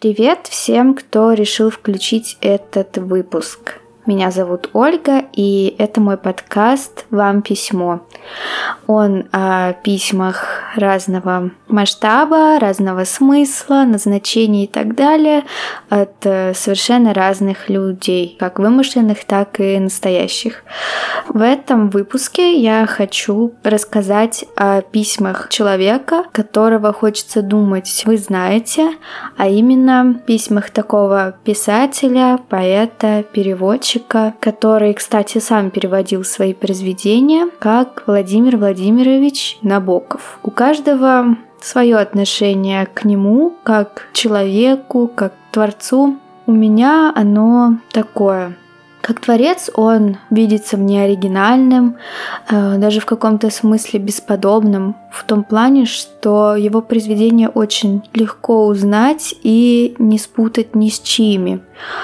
Привет всем, кто решил включить этот выпуск. Меня зовут Ольга, и это мой подкаст «Вам письмо». Он о письмах разного масштаба, разного смысла, назначения и так далее от совершенно разных людей, как вымышленных, так и настоящих. В этом выпуске я хочу рассказать о письмах человека, которого хочется думать вы знаете, а именно письмах такого писателя, поэта, переводчика, который, кстати, сам переводил свои произведения, как Владимир Владимирович Набоков. У каждого свое отношение к нему, как к человеку, как к творцу. У меня оно такое. Как творец он видится мне оригинальным, даже в каком-то смысле бесподобным, в том плане, что его произведения очень легко узнать и не спутать ни с чьими.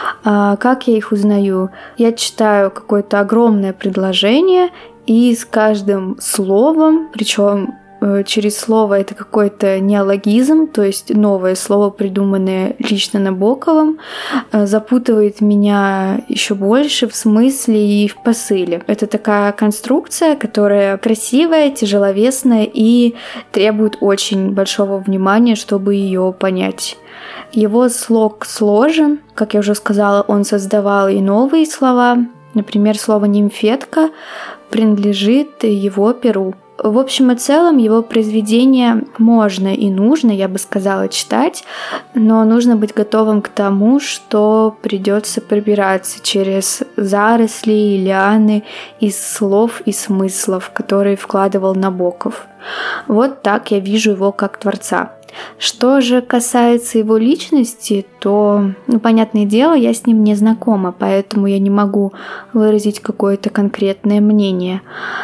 Как я их узнаю? Я читаю какое-то огромное предложение, и с каждым словом, причем через слово это какой-то неологизм, то есть новое слово, придуманное лично Набоковым, запутывает меня еще больше в смысле и в посыле. Это такая конструкция, которая красивая, тяжеловесная и требует очень большого внимания, чтобы ее понять. Его слог сложен, как я уже сказала, он создавал и новые слова. Например, слово «нимфетка» принадлежит его перу. В общем и целом, его произведения можно и нужно, я бы сказала, читать, но нужно быть готовым к тому, что придется пробираться через заросли и лианы из слов и смыслов, которые вкладывал Набоков. Вот так я вижу его как творца. Что же касается его личности, то, понятное дело, я с ним не знакома, поэтому я не могу выразить какое-то конкретное мнение.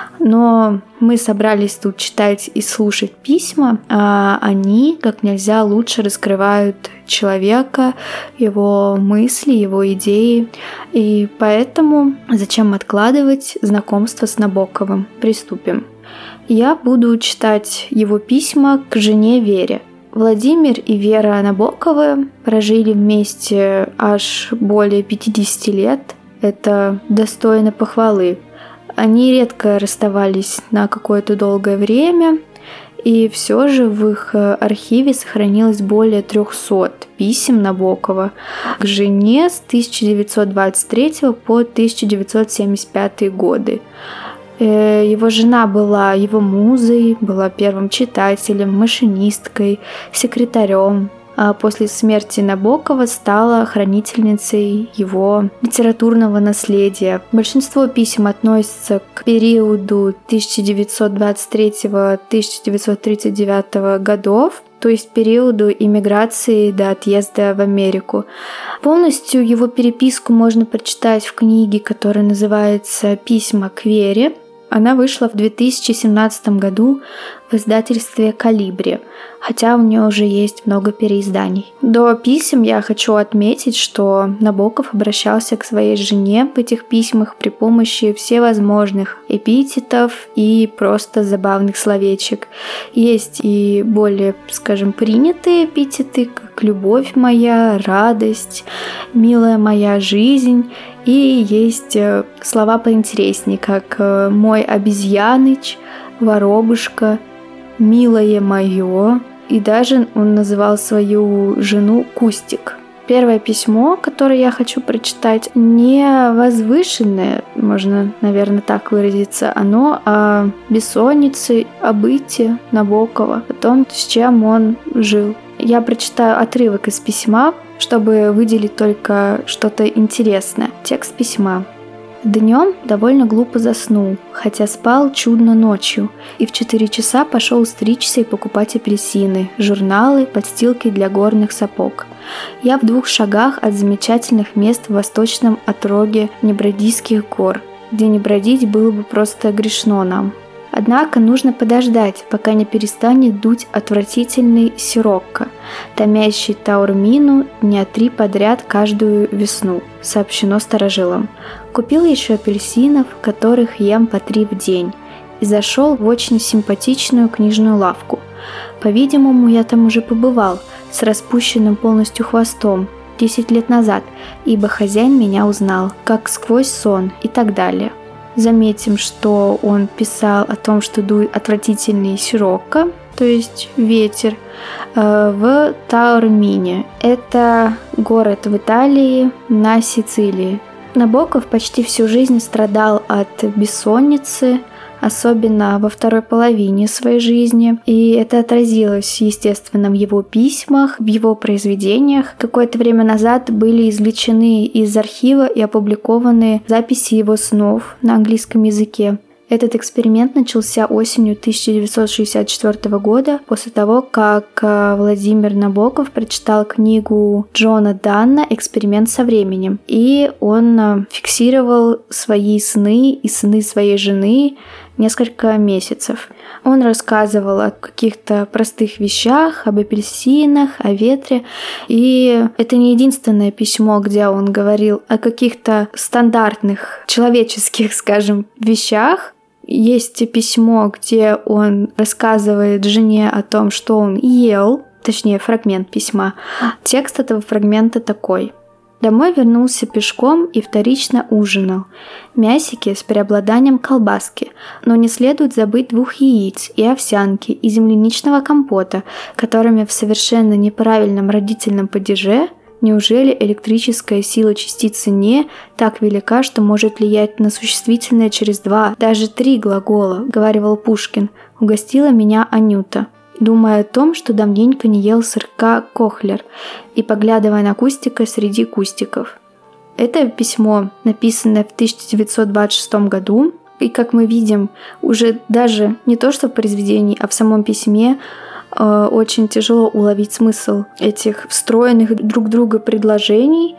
Но мы собрались тут читать и слушать письма, а они как нельзя лучше раскрывают человека, его мысли, его идеи. И поэтому зачем откладывать знакомство с Набоковым? Приступим. Я буду читать его письма к жене Вере. Владимир и Вера Набоковы прожили вместе аж более 50 лет. Это достойно похвалы. Они редко расставались на какое-то долгое время, и все же в их архиве сохранилось более 300 писем Набокова к жене с 1923 по 1975 годы. Его жена была его музой, была первым читателем, машинисткой, секретарем. А после смерти Набокова стала хранительницей его литературного наследия. Большинство писем относятся к периоду 1923-1939 годов, то есть периоду иммиграции до отъезда в Америку. Полностью его переписку можно прочитать в книге, которая называется «Письма к Вере». Она вышла в 2017 году в издательстве «Колибри», хотя у нее уже есть много переизданий. До писем я хочу отметить, что Набоков обращался к своей жене в этих письмах при помощи всевозможных эпитетов и просто забавных словечек. Есть и более, скажем, принятые эпитеты, как «любовь моя», «радость», «милая моя жизнь», и есть слова поинтереснее, как «мой обезьяныч», «воробушка», «милое мое», и даже он называл свою жену Кустик. Первое письмо, которое я хочу прочитать, не возвышенное, можно, наверное, так выразиться, оно о бессоннице, о быте Набокова, о том, с чем он жил. Я прочитаю отрывок из письма, чтобы выделить только что-то интересное. Текст письма. Днем довольно глупо заснул, хотя спал чудно ночью, и в 4 часа пошел стричься и покупать апельсины, журналы, подстилки для горных сапог. Я в 2 шагах от замечательных мест в восточном отроге Небродийских гор, где не бродить было бы просто грешно нам. Однако нужно подождать, пока не перестанет дуть отвратительный сирокко, томящий Таурмину дня 3 подряд каждую весну, сообщено старожилам. Купил еще апельсинов, которых ем по 3 в день, и зашел в очень симпатичную книжную лавку. По-видимому, я там уже побывал, с распущенным полностью хвостом 10 лет назад, ибо хозяин меня узнал, как сквозь сон и так далее. Заметим, что он писал о том, что дует отвратительный сирокко, то есть ветер, в Таурмине. Это город в Италии на Сицилии. Набоков почти всю жизнь страдал от бессонницы, особенно во второй половине своей жизни, и это отразилось, естественно, в его письмах, в его произведениях. Какое-то время назад были извлечены из архива и опубликованы записи его снов на английском языке. Этот эксперимент начался осенью 1964 года, после того, как Владимир Набоков прочитал книгу Джона Данна «Эксперимент со временем». И он фиксировал свои сны и сны своей жены несколько месяцев. Он рассказывал о каких-то простых вещах, об апельсинах, о ветре. И это не единственное письмо, где он говорил о каких-то стандартных человеческих, скажем, вещах. Есть письмо, где он рассказывает жене о том, что он ел, точнее, фрагмент письма. Текст этого фрагмента такой. Домой вернулся пешком и вторично ужинал. Мясики с преобладанием колбаски, но не следует забыть 2 яиц и овсянки, и земляничного компота, которыми в совершенно неправильном родительном падеже. Неужели электрическая сила частицы «не» так велика, что может влиять на существительное через 2, даже 3 глагола, говаривал Пушкин. Угостила меня Анюта, думая о том, что давненько не ел сырка Кохлер, и поглядывая на Кустика среди кустиков. Это письмо, написанное в 1926 году, и, как мы видим, уже даже не то что в произведении, а в самом письме очень тяжело уловить смысл этих встроенных друг в друга предложений.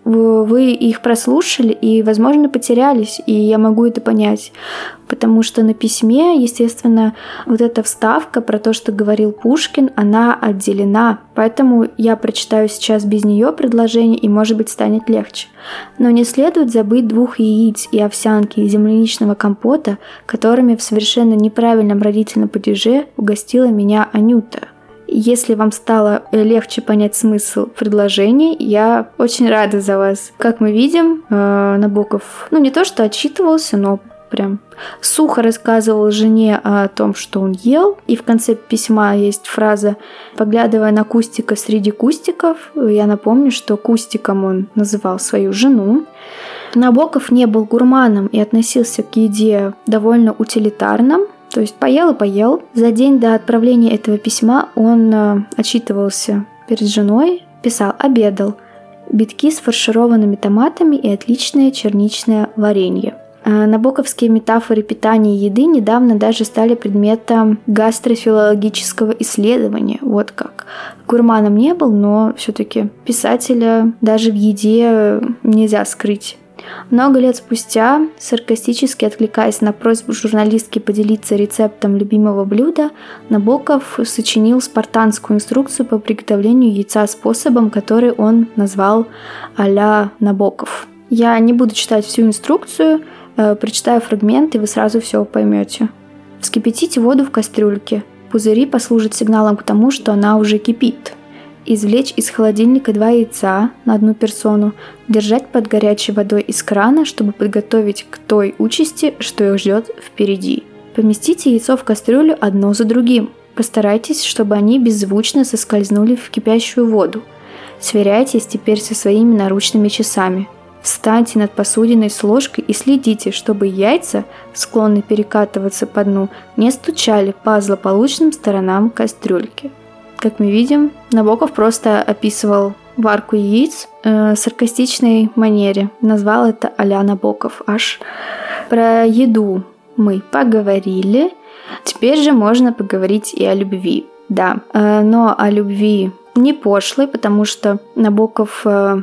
Вы их прослушали и, возможно, потерялись, и я могу это понять, потому что на письме, естественно, вот эта вставка про то, что говорил Пушкин, она отделена, поэтому я прочитаю сейчас без нее предложение, и, может быть, станет легче. Но не следует забыть 2 яиц и овсянки и земляничного компота, которыми в совершенно неправильном родительном падеже угостила меня Анюта. Если вам стало легче понять смысл предложений, я очень рада за вас. Как мы видим, Набоков, не то что отчитывался, но прям сухо рассказывал жене о том, что он ел. И в конце письма есть фраза «поглядывая на Кустика среди кустиков». Я напомню, что Кустиком он называл свою жену. Набоков не был гурманом и относился к еде довольно утилитарно. То есть поел и поел. За день до отправления этого письма он отчитывался перед женой, писал «обедал», битки с фаршированными томатами и отличное черничное варенье. Набоковские метафоры питания и еды недавно даже стали предметом гастрофилологического исследования. Вот как. Гурманом не был, но все-таки писателя даже в еде нельзя скрыть. Много лет спустя, саркастически откликаясь на просьбу журналистки поделиться рецептом любимого блюда, Набоков сочинил спартанскую инструкцию по приготовлению яйца способом, который он назвал а-ля Набоков. Я не буду читать всю инструкцию, прочитаю фрагмент, и вы сразу все поймете. Вскипятите воду в кастрюльке. Пузыри послужат сигналом к тому, что она уже кипит. Извлечь из холодильника 2 яйца на 1 персону, держать под горячей водой из крана, чтобы подготовить к той участи, что их ждет впереди. Поместите яйцо в кастрюлю одно за другим. Постарайтесь, чтобы они беззвучно соскользнули в кипящую воду. Сверяйтесь теперь со своими наручными часами. Встаньте над посудиной с ложкой и следите, чтобы яйца, склонные перекатываться по дну, не стучали по злополучным сторонам кастрюльки. Как мы видим, Набоков просто описывал варку яиц в саркастичной манере. Назвал это а-ля Набоков. Аж про еду мы поговорили. Теперь же можно поговорить и о любви. Да, но о любви не пошлой, потому что Набоков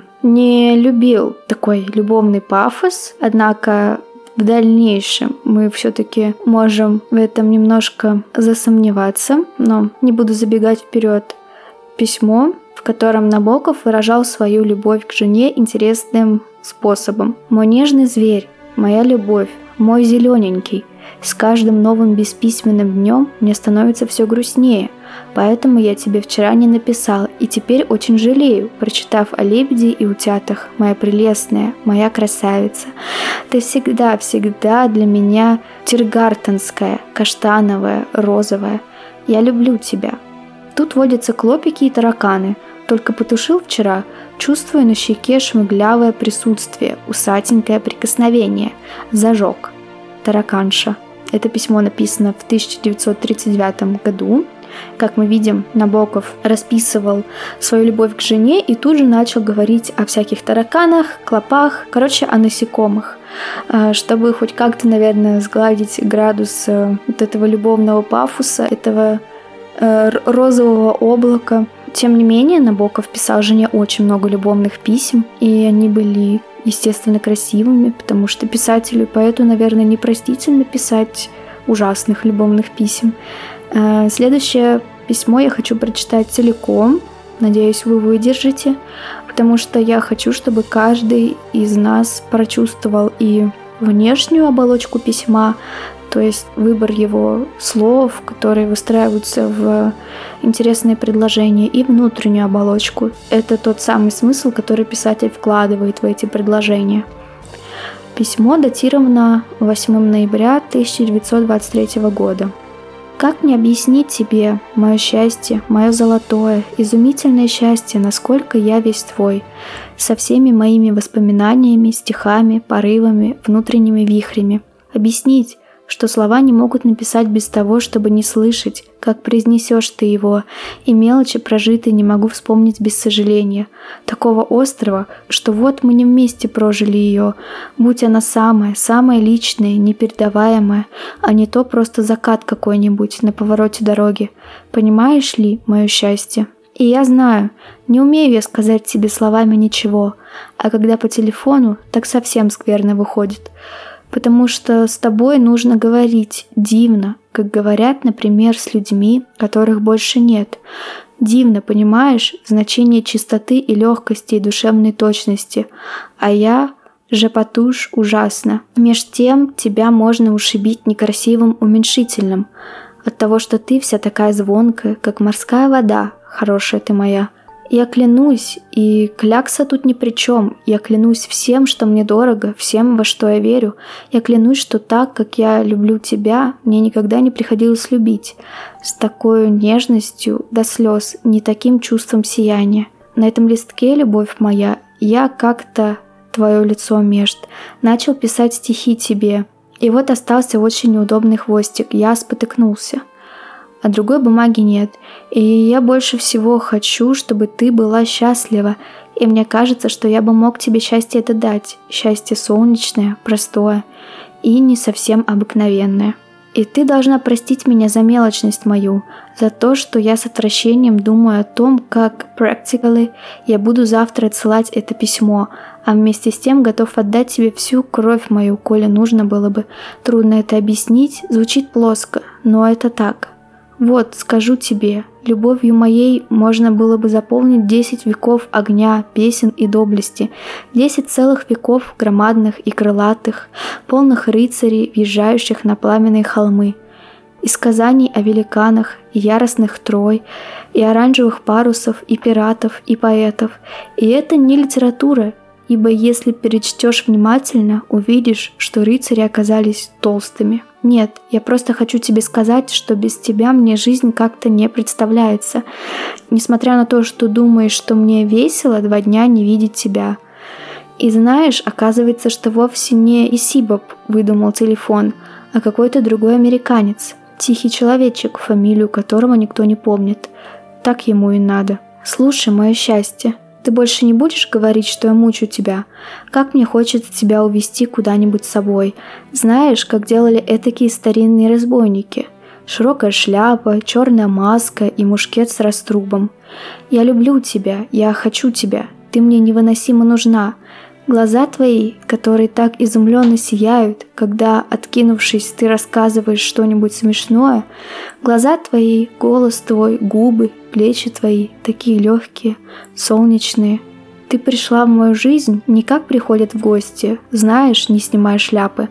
не любил такой любовный пафос. Однако в дальнейшем мы все-таки можем в этом немножко засомневаться, но не буду забегать вперед. Письмо, в котором Набоков выражал свою любовь к жене интересным способом. «Мой нежный зверь, моя любовь, мой зелененький, С каждым новым бесписьменным днем мне становится все грустнее, поэтому я тебе вчера не написал, и теперь очень жалею, прочитав о лебеде и утятах, моя прелестная, моя красавица. Ты всегда для меня тиргартенская, каштановая, розовая. Я люблю тебя. Тут водятся клопики и тараканы. Только потушил вчера, чувствую на щеке шмыглявое присутствие, усатенькое прикосновение. Зажег. Тараканша. Это письмо написано в 1939 году. Как мы видим, Набоков расписывал свою любовь к жене и тут же начал говорить о всяких тараканах, клопах, о насекомых, чтобы хоть как-то, наверное, сгладить градус вот этого любовного пафоса, этого розового облака. Тем не менее, Набоков писал жене очень много любовных писем, и они были, естественно, красивыми, потому что писателю и поэту, наверное, непростительно писать ужасных любовных писем. Следующее письмо я хочу прочитать целиком. Надеюсь, вы выдержите, потому что я хочу, чтобы каждый из нас прочувствовал и внешнюю оболочку письма, то есть выбор его слов, которые выстраиваются в интересные предложения, и внутреннюю оболочку. Это тот самый смысл, который писатель вкладывает в эти предложения. Письмо датировано 8 ноября 1923 года. Как мне объяснить тебе мое счастье, мое золотое, изумительное счастье, насколько я весь твой, со всеми моими воспоминаниями, стихами, порывами, внутренними вихрями? Объяснить, что слова не могут написать без того, чтобы не слышать, как произнесешь ты его, и мелочи прожитые не могу вспомнить без сожаления, такого острого, что вот мы не вместе прожили ее, будь она самая личная, непередаваемая, а не то просто закат какой-нибудь на повороте дороги. Понимаешь ли мое счастье? И я знаю, не умею я сказать тебе словами ничего, а когда по телефону, так совсем скверно выходит. Потому что с тобой нужно говорить дивно, как говорят, например, с людьми, которых больше нет. Дивно, понимаешь, значение чистоты и легкости и душевной точности. А я же потушь ужасно. Меж тем тебя можно ушибить некрасивым уменьшительным. От того, что ты вся такая звонкая, как морская вода, хорошая ты моя. Я клянусь, и клякса тут ни при чем. Я клянусь всем, что мне дорого, всем, во что я верю. Я клянусь, что так, как я люблю тебя, мне никогда не приходилось любить. С такой нежностью до слез, не таким чувством сияния. На этом листке, любовь моя, я как-то твое лицо межд. Начал писать стихи тебе. И вот остался очень неудобный хвостик. Я спотыкнулся. А другой бумаги нет, и я больше всего хочу, чтобы ты была счастлива, и мне кажется, что я бы мог тебе счастье это дать, счастье солнечное, простое и не совсем обыкновенное. И ты должна простить меня за мелочность мою, за то, что я с отвращением думаю о том, как practically я буду завтра отсылать это письмо, а вместе с тем готов отдать тебе всю кровь мою, коли нужно было бы. Трудно это объяснить, звучит плоско, но это так. Вот, скажу тебе, любовью моей можно было бы заполнить 10 веков огня, песен и доблести, 10 целых веков громадных и крылатых, полных рыцарей, въезжающих на пламенные холмы, и сказаний о великанах, и яростных трой, и оранжевых парусов, и пиратов, и поэтов. И это не литература, ибо если перечтешь внимательно, увидишь, что рыцари оказались толстыми. Нет, я просто хочу тебе сказать, что без тебя мне жизнь как-то не представляется. Несмотря на то, что думаешь, что мне весело 2 дня не видеть тебя. И знаешь, оказывается, что вовсе не Исибоб выдумал телефон, а какой-то другой американец. Тихий человечек, фамилию которого никто не помнит. Так ему и надо. Слушай, мое счастье. Ты больше не будешь говорить, что я мучу тебя? Как мне хочется тебя увести куда-нибудь с собой. Знаешь, как делали этакие старинные разбойники? Широкая шляпа, черная маска и мушкет с раструбом. Я люблю тебя, я хочу тебя. Ты мне невыносимо нужна. Глаза твои, которые так изумленно сияют, когда, откинувшись, ты рассказываешь что-нибудь смешное, глаза твои, голос твой, губы, плечи твои, такие легкие, солнечные. Ты пришла в мою жизнь не как приходят в гости, знаешь, не снимая шляпы,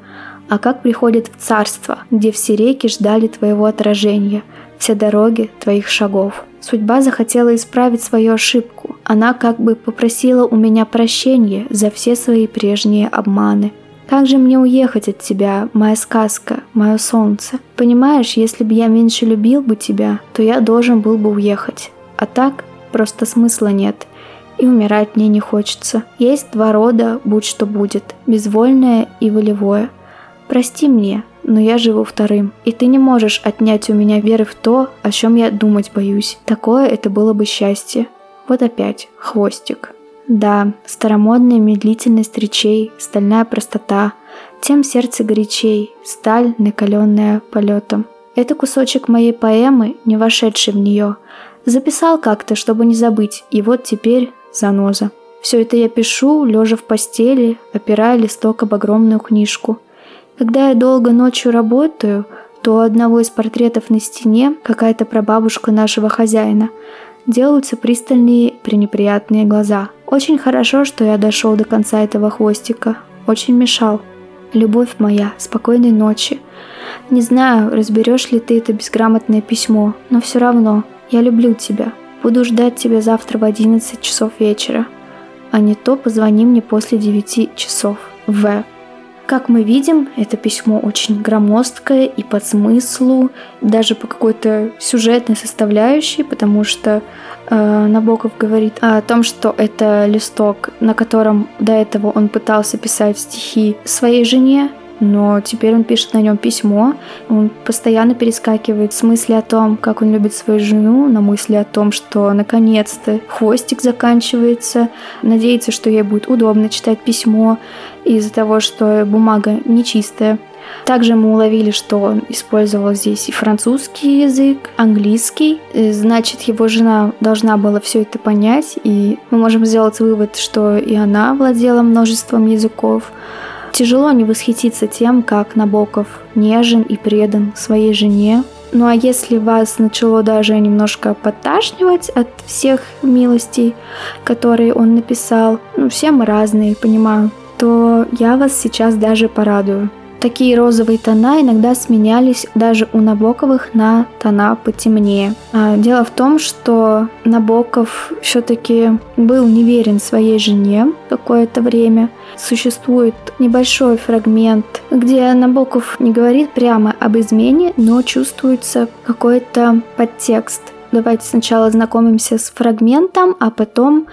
а как приходит в царство, где все реки ждали твоего отражения, все дороги твоих шагов. Судьба захотела исправить свою ошибку. Она как бы попросила у меня прощения за все свои прежние обманы. Как же мне уехать от тебя, моя сказка, мое солнце? Понимаешь, если бы я меньше любил бы тебя, то я должен был бы уехать. А так просто смысла нет. И умирать мне не хочется. Есть два рода, будь что будет, безвольное и волевое. Прости мне, но я живу вторым, и ты не можешь отнять у меня веры в то, о чем я думать боюсь. Такое это было бы счастье. Вот опять хвостик. Да, старомодная медлительность речей, стальная простота, тем сердце горячей, сталь, накаленная полетом. Это кусочек моей поэмы, не вошедший в нее. Записал как-то, чтобы не забыть, и вот теперь заноза. Все это я пишу, лежа в постели, опирая листок об огромную книжку. Когда я долго ночью работаю, то у одного из портретов на стене, какая-то прабабушка нашего хозяина, делаются пристальные пренеприятные глаза. Очень хорошо, что я дошел до конца этого хвостика. Очень мешал. Любовь моя, спокойной ночи. Не знаю, разберешь ли ты это безграмотное письмо, но все равно, я люблю тебя. Буду ждать тебя завтра в 11 часов вечера. А не то позвони мне после 9 часов. В. Как мы видим, это письмо очень громоздкое и по смыслу, даже по какой-то сюжетной составляющей, потому что Набоков говорит о том, что это листок, на котором до этого он пытался писать стихи своей жене, но теперь он пишет на нем письмо. Он постоянно перескакивает с мысли о том, как он любит свою жену, на мысли о том, что наконец-то хвостик заканчивается, надеется, что ей будет удобно читать письмо из-за того, что бумага нечистая. Также мы уловили, что он использовал здесь и французский язык, английский. Значит, его жена должна была все это понять, и мы можем сделать вывод, что и она владела множеством языков. Тяжело не восхититься тем, как Набоков нежен и предан своей жене. Ну а если вас начало даже немножко подташнивать от всех милостей, которые он написал, все мы разные, понимаю, то я вас сейчас даже порадую. Такие розовые тона иногда сменялись даже у Набоковых на тона потемнее. Дело в том, что Набоков все-таки был неверен своей жене какое-то время. Существует небольшой фрагмент, где Набоков не говорит прямо об измене, но чувствуется какой-то подтекст. Давайте сначала знакомимся с фрагментом, а потом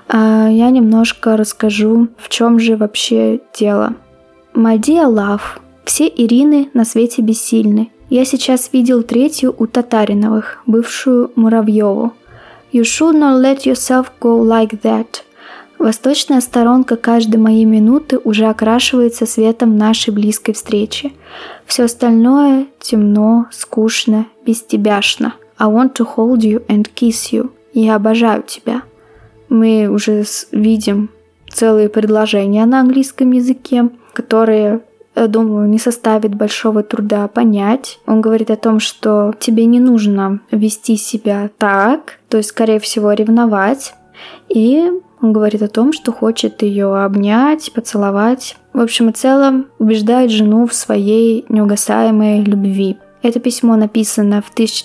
я немножко расскажу, в чем же вообще дело. My dear love, все Ирины на свете бессильны. Я сейчас видел третью у Татариновых, бывшую Муравьеву. You should not let yourself go like that. Восточная сторонка каждой моей минуты уже окрашивается светом нашей близкой встречи. Все остальное темно, скучно, бестебяшно. I want to hold you and kiss you. Я обожаю тебя. Мы уже видим целые предложения на английском языке, которые, я думаю, не составит большого труда понять. Он говорит о том, что тебе не нужно вести себя так, то есть, скорее всего, ревновать. И он говорит о том, что хочет ее обнять, поцеловать. В общем и целом, убеждает жену в своей неугасаемой любви. Это письмо написано в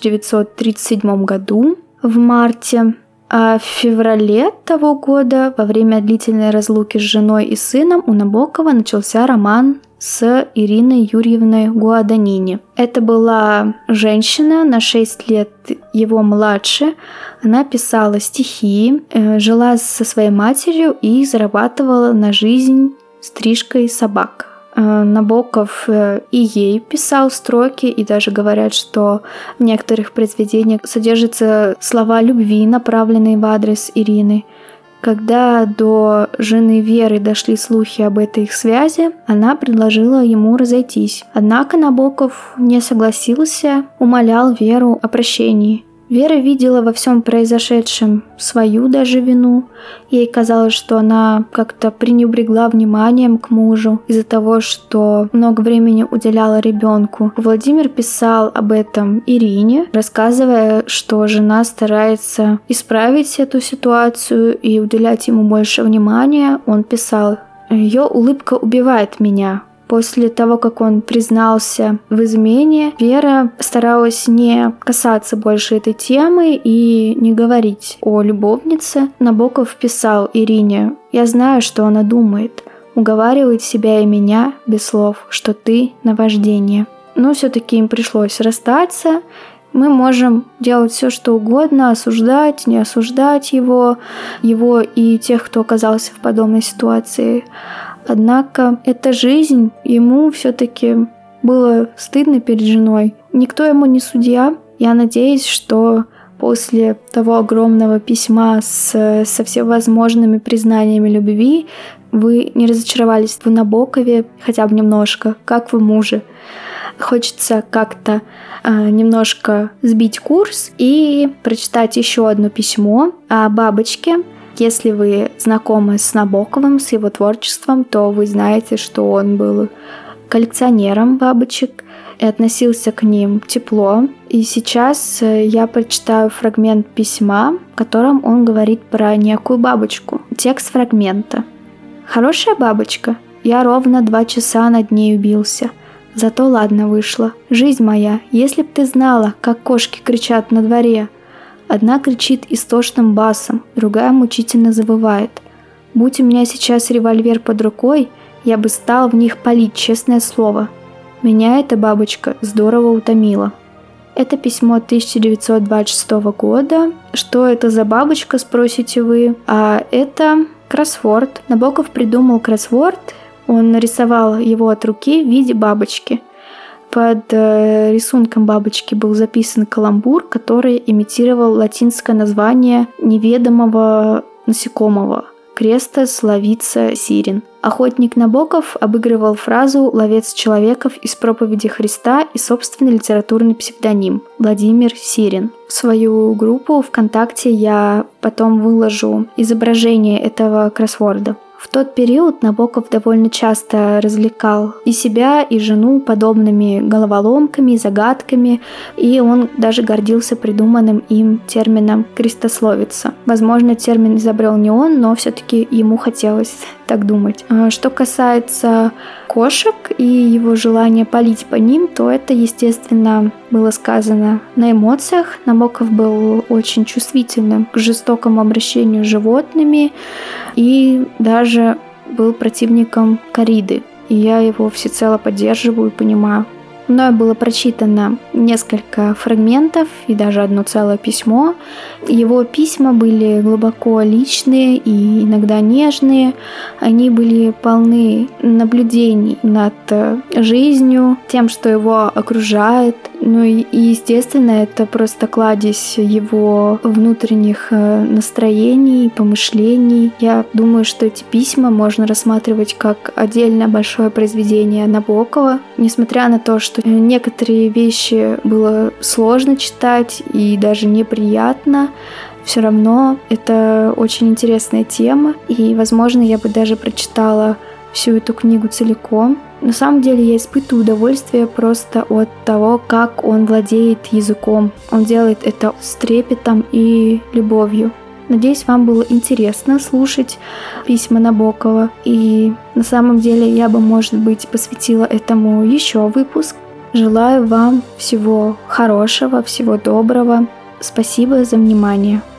1937 году, в марте. А в феврале того года, во время длительной разлуки с женой и сыном, у Набокова начался роман с Ириной Юрьевной Гуаданини. Это была женщина на 6 лет его младше. Она писала стихи, жила со своей матерью и зарабатывала на жизнь стрижкой собак. Набоков и ей писал строки, и даже говорят, что в некоторых произведениях содержатся слова любви, направленные в адрес Ирины. Когда до жены Веры дошли слухи об этой их связи, она предложила ему разойтись. Однако Набоков не согласился, умолял Веру о прощении. Вера видела во всем произошедшем свою даже вину. Ей казалось, что она как-то пренебрегла вниманием к мужу из-за того, что много времени уделяла ребенку. Владимир писал об этом Ирине, рассказывая, что жена старается исправить эту ситуацию и уделять ему больше внимания. Он писал: «Ее улыбка убивает меня. После того, как он признался в измене, Вера старалась не касаться больше этой темы и не говорить о любовнице. Набоков писал Ирине: «Я знаю, что она думает. Уговаривает себя и меня без слов, что ты наваждение». Но все-таки им пришлось расстаться. Мы можем делать все, что угодно, осуждать, не осуждать его и тех, кто оказался в подобной ситуации. Однако это жизнь, ему все-таки было стыдно перед женой. Никто ему не судья. Я надеюсь, что после того огромного письма со всевозможными признаниями любви вы не разочаровались в Набокове хотя бы немножко, как в муже. Хочется как-то немножко сбить курс и прочитать еще одно письмо о бабочке. Если вы знакомы с Набоковым, с его творчеством, то вы знаете, что он был коллекционером бабочек и относился к ним тепло. И сейчас я прочитаю фрагмент письма, в котором он говорит про некую бабочку. Текст фрагмента. «Хорошая бабочка. Я ровно 2 часа над ней бился. Зато ладно вышло. Жизнь моя, если б ты знала, как кошки кричат на дворе. Одна кричит истошным басом, другая мучительно завывает. Будь у меня сейчас револьвер под рукой, я бы стал в них палить, честное слово. Меня эта бабочка здорово утомила». Это письмо 1926 года. Что это за бабочка, спросите вы? А это кроссворд. Набоков придумал кроссворд. Он нарисовал его от руки в виде бабочки. Под рисунком бабочки был записан каламбур, который имитировал латинское название неведомого насекомого – Крестос лавица сирен. Охотник Набоков обыгрывал фразу «ловец человеков» из проповеди Христа и собственный литературный псевдоним – Владимир Сирин. В свою группу ВКонтакте я потом выложу изображение этого кроссворда. В тот период Набоков довольно часто развлекал и себя, и жену подобными головоломками, загадками, и он даже гордился придуманным им термином «крестословица». Возможно, термин изобрел не он, но все-таки ему хотелось так думать. Что касается кошек и его желания палить по ним, то это, естественно, было сказано на эмоциях. Набоков был очень чувствительным к жестокому обращению с животными и даже был противником корриды. И я его всецело поддерживаю и понимаю. Мною было прочитано несколько фрагментов и даже одно целое письмо. Его письма были глубоко личные и иногда нежные. Они были полны наблюдений над жизнью, тем, что его окружает. Ну и естественно, это просто кладезь его внутренних настроений, помышлений. Я думаю, что эти письма можно рассматривать как отдельное большое произведение Набокова. Несмотря на то, что некоторые вещи было сложно читать и даже неприятно, все равно это очень интересная тема, и, возможно, я бы даже прочитала всю эту книгу целиком. На самом деле я испытываю удовольствие просто от того, как он владеет языком. Он делает это с трепетом и любовью. Надеюсь, вам было интересно слушать письма Набокова. И на самом деле я бы, может быть, посвятила этому еще выпуск. Желаю вам всего хорошего, всего доброго. Спасибо за внимание.